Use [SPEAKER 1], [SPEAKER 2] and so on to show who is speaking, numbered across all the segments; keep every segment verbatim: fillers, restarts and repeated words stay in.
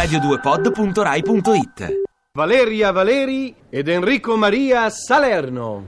[SPEAKER 1] radio due pod punto rai punto it.
[SPEAKER 2] Valeria Valeri ed Enrico Maria Salerno.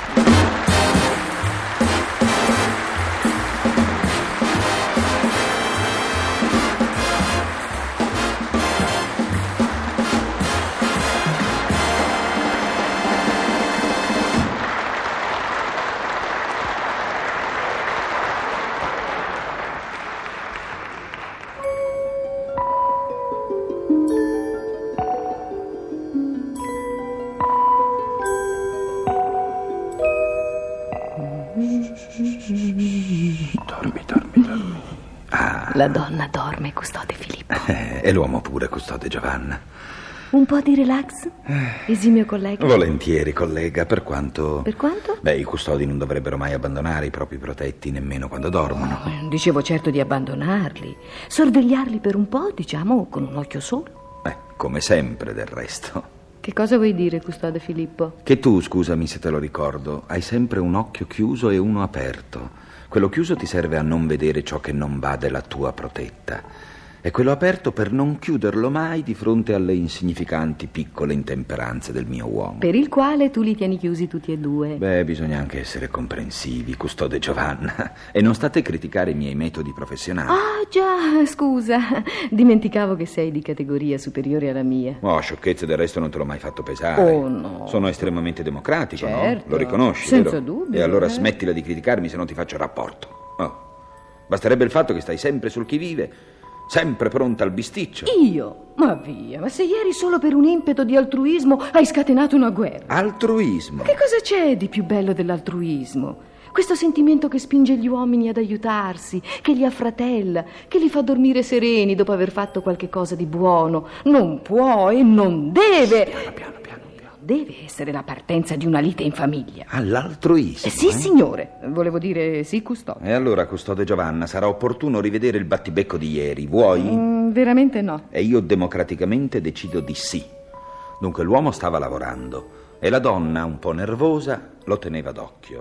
[SPEAKER 3] Dormi, dormi, dormi. Ah.
[SPEAKER 4] La donna dorme, custode Filippo.
[SPEAKER 3] Eh, e l'uomo pure, custode Giovanna.
[SPEAKER 4] Un po' di relax? Esimio collega?
[SPEAKER 3] Volentieri, collega, per quanto...
[SPEAKER 4] Per quanto?
[SPEAKER 3] Beh, i custodi non dovrebbero mai abbandonare i propri protetti, nemmeno quando dormono.
[SPEAKER 4] Oh, dicevo certo di abbandonarli. Sorvegliarli per un po', diciamo, con un occhio solo.
[SPEAKER 3] Beh, come sempre, del resto.
[SPEAKER 4] Che cosa vuoi dire, custode Filippo?
[SPEAKER 3] Che tu, scusami se te lo ricordo, hai sempre un occhio chiuso e uno aperto. Quello chiuso ti serve a non vedere ciò che non va della tua protetta, e quello aperto per non chiuderlo mai di fronte alle insignificanti piccole intemperanze del mio uomo.
[SPEAKER 4] Per il quale tu li tieni chiusi tutti e due.
[SPEAKER 3] Beh, bisogna anche essere comprensivi, custode Giovanna, e non state a criticare i miei metodi professionali.
[SPEAKER 4] Ah, già, scusa, dimenticavo che sei di categoria superiore alla mia.
[SPEAKER 3] Oh, sciocchezze, del resto non te l'ho mai fatto pesare.
[SPEAKER 4] Oh, no.
[SPEAKER 3] Sono estremamente democratico,
[SPEAKER 4] certo.
[SPEAKER 3] no? Lo riconosci,
[SPEAKER 4] senza
[SPEAKER 3] vero?
[SPEAKER 4] dubbio.
[SPEAKER 3] E allora
[SPEAKER 4] eh.
[SPEAKER 3] smettila di criticarmi se non ti faccio rapporto. Oh. Basterebbe il fatto che stai sempre sul chi vive, sempre pronta al bisticcio.
[SPEAKER 4] Io? Ma via, ma se ieri solo per un impeto di altruismo hai scatenato una guerra.
[SPEAKER 3] Altruismo?
[SPEAKER 4] Che cosa c'è di più bello dell'altruismo? Questo sentimento che spinge gli uomini ad aiutarsi, che li affratella, che li fa dormire sereni dopo aver fatto qualche cosa di buono. Non può e non deve.
[SPEAKER 3] Piano, piano, piano, piano.
[SPEAKER 4] Deve essere la partenza di una lite in famiglia.
[SPEAKER 3] All'altruismo?
[SPEAKER 4] Eh, sì,
[SPEAKER 3] eh?
[SPEAKER 4] signore. Volevo dire sì, custode.
[SPEAKER 3] E allora, custode Giovanna, sarà opportuno rivedere il battibecco di ieri. Vuoi?
[SPEAKER 4] Mm, veramente no.
[SPEAKER 3] E io democraticamente decido di sì. Dunque l'uomo stava lavorando e la donna, un po' nervosa, lo teneva d'occhio.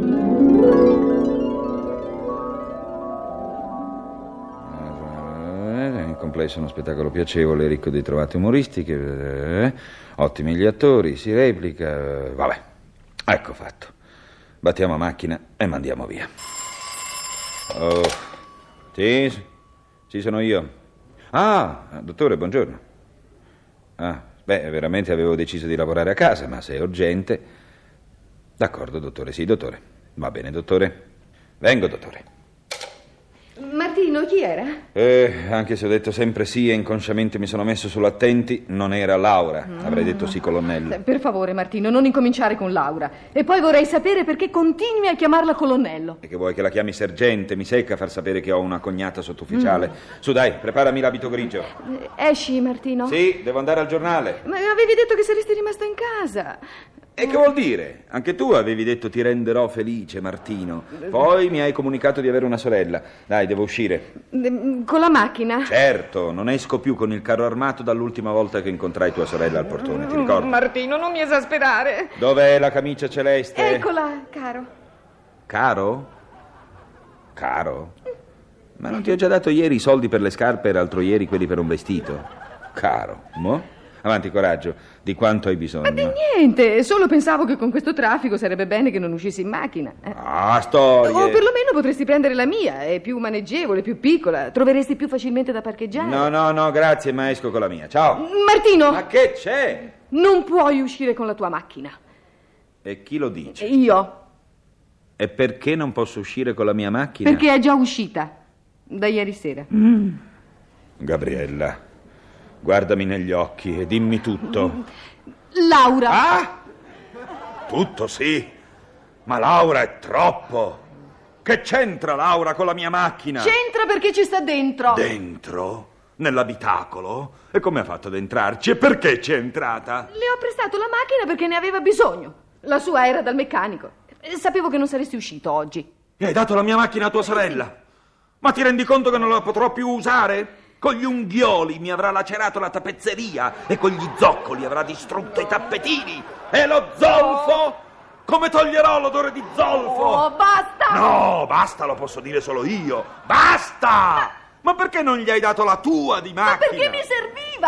[SPEAKER 3] In complesso uno spettacolo piacevole, ricco di trovate umoristiche, eh, ottimi gli attori, si replica, eh, vabbè, ecco fatto. Battiamo a macchina e mandiamo via. Oh, sì, sì, sono io. Ah, dottore, buongiorno. Ah, beh, veramente avevo deciso di lavorare a casa, ma se è urgente... D'accordo, dottore, sì, dottore. Va bene, dottore. Vengo, dottore.
[SPEAKER 4] Martino, chi era?
[SPEAKER 3] Eh, anche se ho detto sempre sì e inconsciamente mi sono messo sull'attenti, non era Laura. Avrei detto sì, colonnello.
[SPEAKER 4] Per favore, Martino, non incominciare con Laura. E poi vorrei sapere perché continui a chiamarla colonnello.
[SPEAKER 3] E che vuoi che la chiami sergente? Mi secca far sapere che ho una cognata sottufficiale. Mm. Su, dai, preparami l'abito grigio.
[SPEAKER 4] Eh, esci, Martino?
[SPEAKER 3] Sì, devo andare al giornale.
[SPEAKER 4] Ma avevi detto che saresti rimasto in casa.
[SPEAKER 3] E che vuol dire? Anche tu avevi detto ti renderò felice, Martino. Poi mi hai comunicato di avere una sorella. Dai, devo uscire.
[SPEAKER 4] Con la macchina?
[SPEAKER 3] Certo, non esco più con il carro armato dall'ultima volta che incontrai tua sorella al portone, ti ricordi?
[SPEAKER 4] Martino, non mi esasperare.
[SPEAKER 3] Dov'è la camicia celeste?
[SPEAKER 4] Eccola, caro.
[SPEAKER 3] Caro? Caro? Ma non ti ho già dato ieri i soldi per le scarpe e l'altro ieri quelli per un vestito? Caro, mo? Avanti, coraggio, di quanto hai bisogno?
[SPEAKER 4] Ma di niente, solo pensavo che con questo traffico sarebbe bene che non uscissi in macchina. eh.
[SPEAKER 3] Ah, storie!
[SPEAKER 4] O perlomeno potresti prendere la mia, è più maneggevole, più piccola, troveresti più facilmente da parcheggiare.
[SPEAKER 3] No, no, no, grazie, ma esco con la mia, ciao!
[SPEAKER 4] Martino!
[SPEAKER 3] Ma che c'è?
[SPEAKER 4] Non puoi uscire con la tua macchina.
[SPEAKER 3] E chi lo dice?
[SPEAKER 4] Io.
[SPEAKER 3] E perché non posso uscire con la mia macchina?
[SPEAKER 4] Perché è già uscita, da ieri sera.
[SPEAKER 3] Mm. Gabriella, guardami negli occhi e dimmi tutto.
[SPEAKER 4] Laura.
[SPEAKER 3] Ah? Tutto sì, ma Laura è troppo. Che c'entra Laura con la mia macchina?
[SPEAKER 4] C'entra perché ci sta dentro.
[SPEAKER 3] Dentro? Nell'abitacolo? E come ha fatto ad entrarci? E perché c'è entrata?
[SPEAKER 4] Le ho prestato la macchina perché ne aveva bisogno. La sua era dal meccanico. Sapevo che non saresti uscito oggi.
[SPEAKER 3] E hai dato la mia macchina a tua sorella? Ma ti rendi conto che non la potrò più usare? Con gli unghioli mi avrà lacerato la tappezzeria e con gli zoccoli avrà distrutto i tappetini. E lo zolfo? Come toglierò l'odore di zolfo?
[SPEAKER 4] Oh, basta!
[SPEAKER 3] No, basta, lo posso dire solo io. Basta! Ma perché non gli hai dato la tua di macchina?
[SPEAKER 4] Ma perché mi serviva?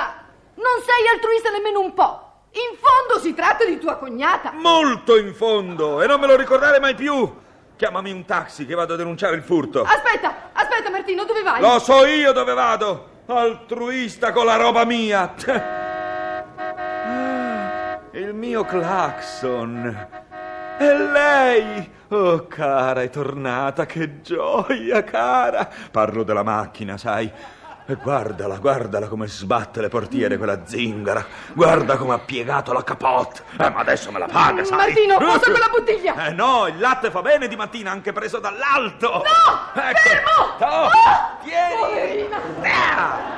[SPEAKER 4] sei altruista nemmeno un po'. In fondo si tratta di tua cognata.
[SPEAKER 3] Molto in fondo, e non me lo ricordare mai più. Chiamami un taxi che vado a denunciare il furto.
[SPEAKER 4] Aspetta, aspetta Martino, dove vai?
[SPEAKER 3] Lo so io dove vado. Altruista con la roba mia. Il mio clacson. E lei? Oh, cara, è tornata, che gioia, cara. Parlo della macchina, sai. E guardala, guardala come sbatte le portiere quella zingara. Guarda come ha piegato la capote. Eh, ma adesso me la paga, sai.
[SPEAKER 4] Martino, posa quella bottiglia.
[SPEAKER 3] Eh no, il latte fa bene di mattina, anche preso dall'alto.
[SPEAKER 4] No,
[SPEAKER 3] ecco.
[SPEAKER 4] fermo.
[SPEAKER 3] Oh,
[SPEAKER 4] Ah,
[SPEAKER 3] tieni.
[SPEAKER 4] poverina.
[SPEAKER 3] Ah.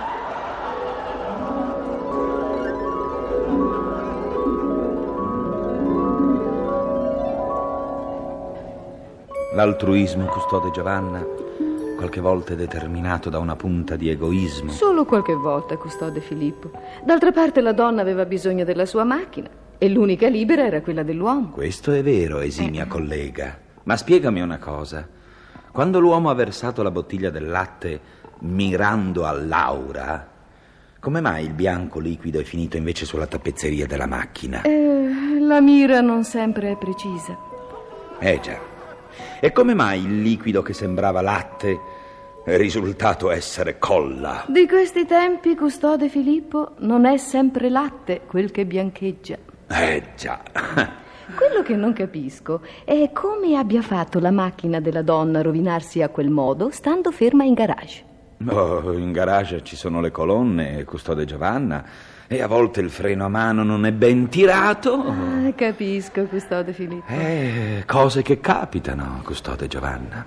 [SPEAKER 3] L'altruismo, custode Giovanna, qualche volta è determinato da una punta di egoismo.
[SPEAKER 4] Solo qualche volta, custode Filippo. D'altra parte la donna aveva bisogno della sua macchina e l'unica libera era quella dell'uomo.
[SPEAKER 3] Questo è vero, esimia collega. Ma spiegami una cosa. Quando l'uomo ha versato la bottiglia del latte mirando a Laura, come mai il bianco liquido è finito invece sulla tappezzeria della macchina?
[SPEAKER 4] Eh, la mira non sempre è precisa.
[SPEAKER 3] Eh già. E come mai il liquido che sembrava latte è risultato essere colla?
[SPEAKER 4] Di questi tempi, custode Filippo, non è sempre latte quel che biancheggia.
[SPEAKER 3] Eh già.
[SPEAKER 4] Quello che non capisco è come abbia fatto la macchina della donna a rovinarsi a quel modo, stando ferma in garage.
[SPEAKER 3] Oh, in garage ci sono le colonne, custode Giovanna, e a volte il freno a mano non è ben tirato.
[SPEAKER 4] Ah, capisco, custode Filippo.
[SPEAKER 3] Eh, cose che capitano, custode Giovanna.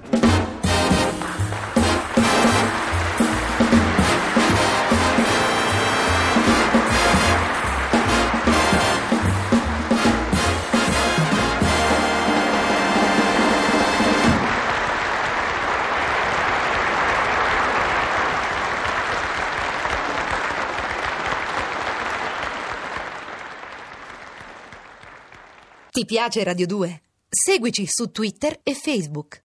[SPEAKER 5] Ti piace Radio due? Seguici su Twitter e Facebook.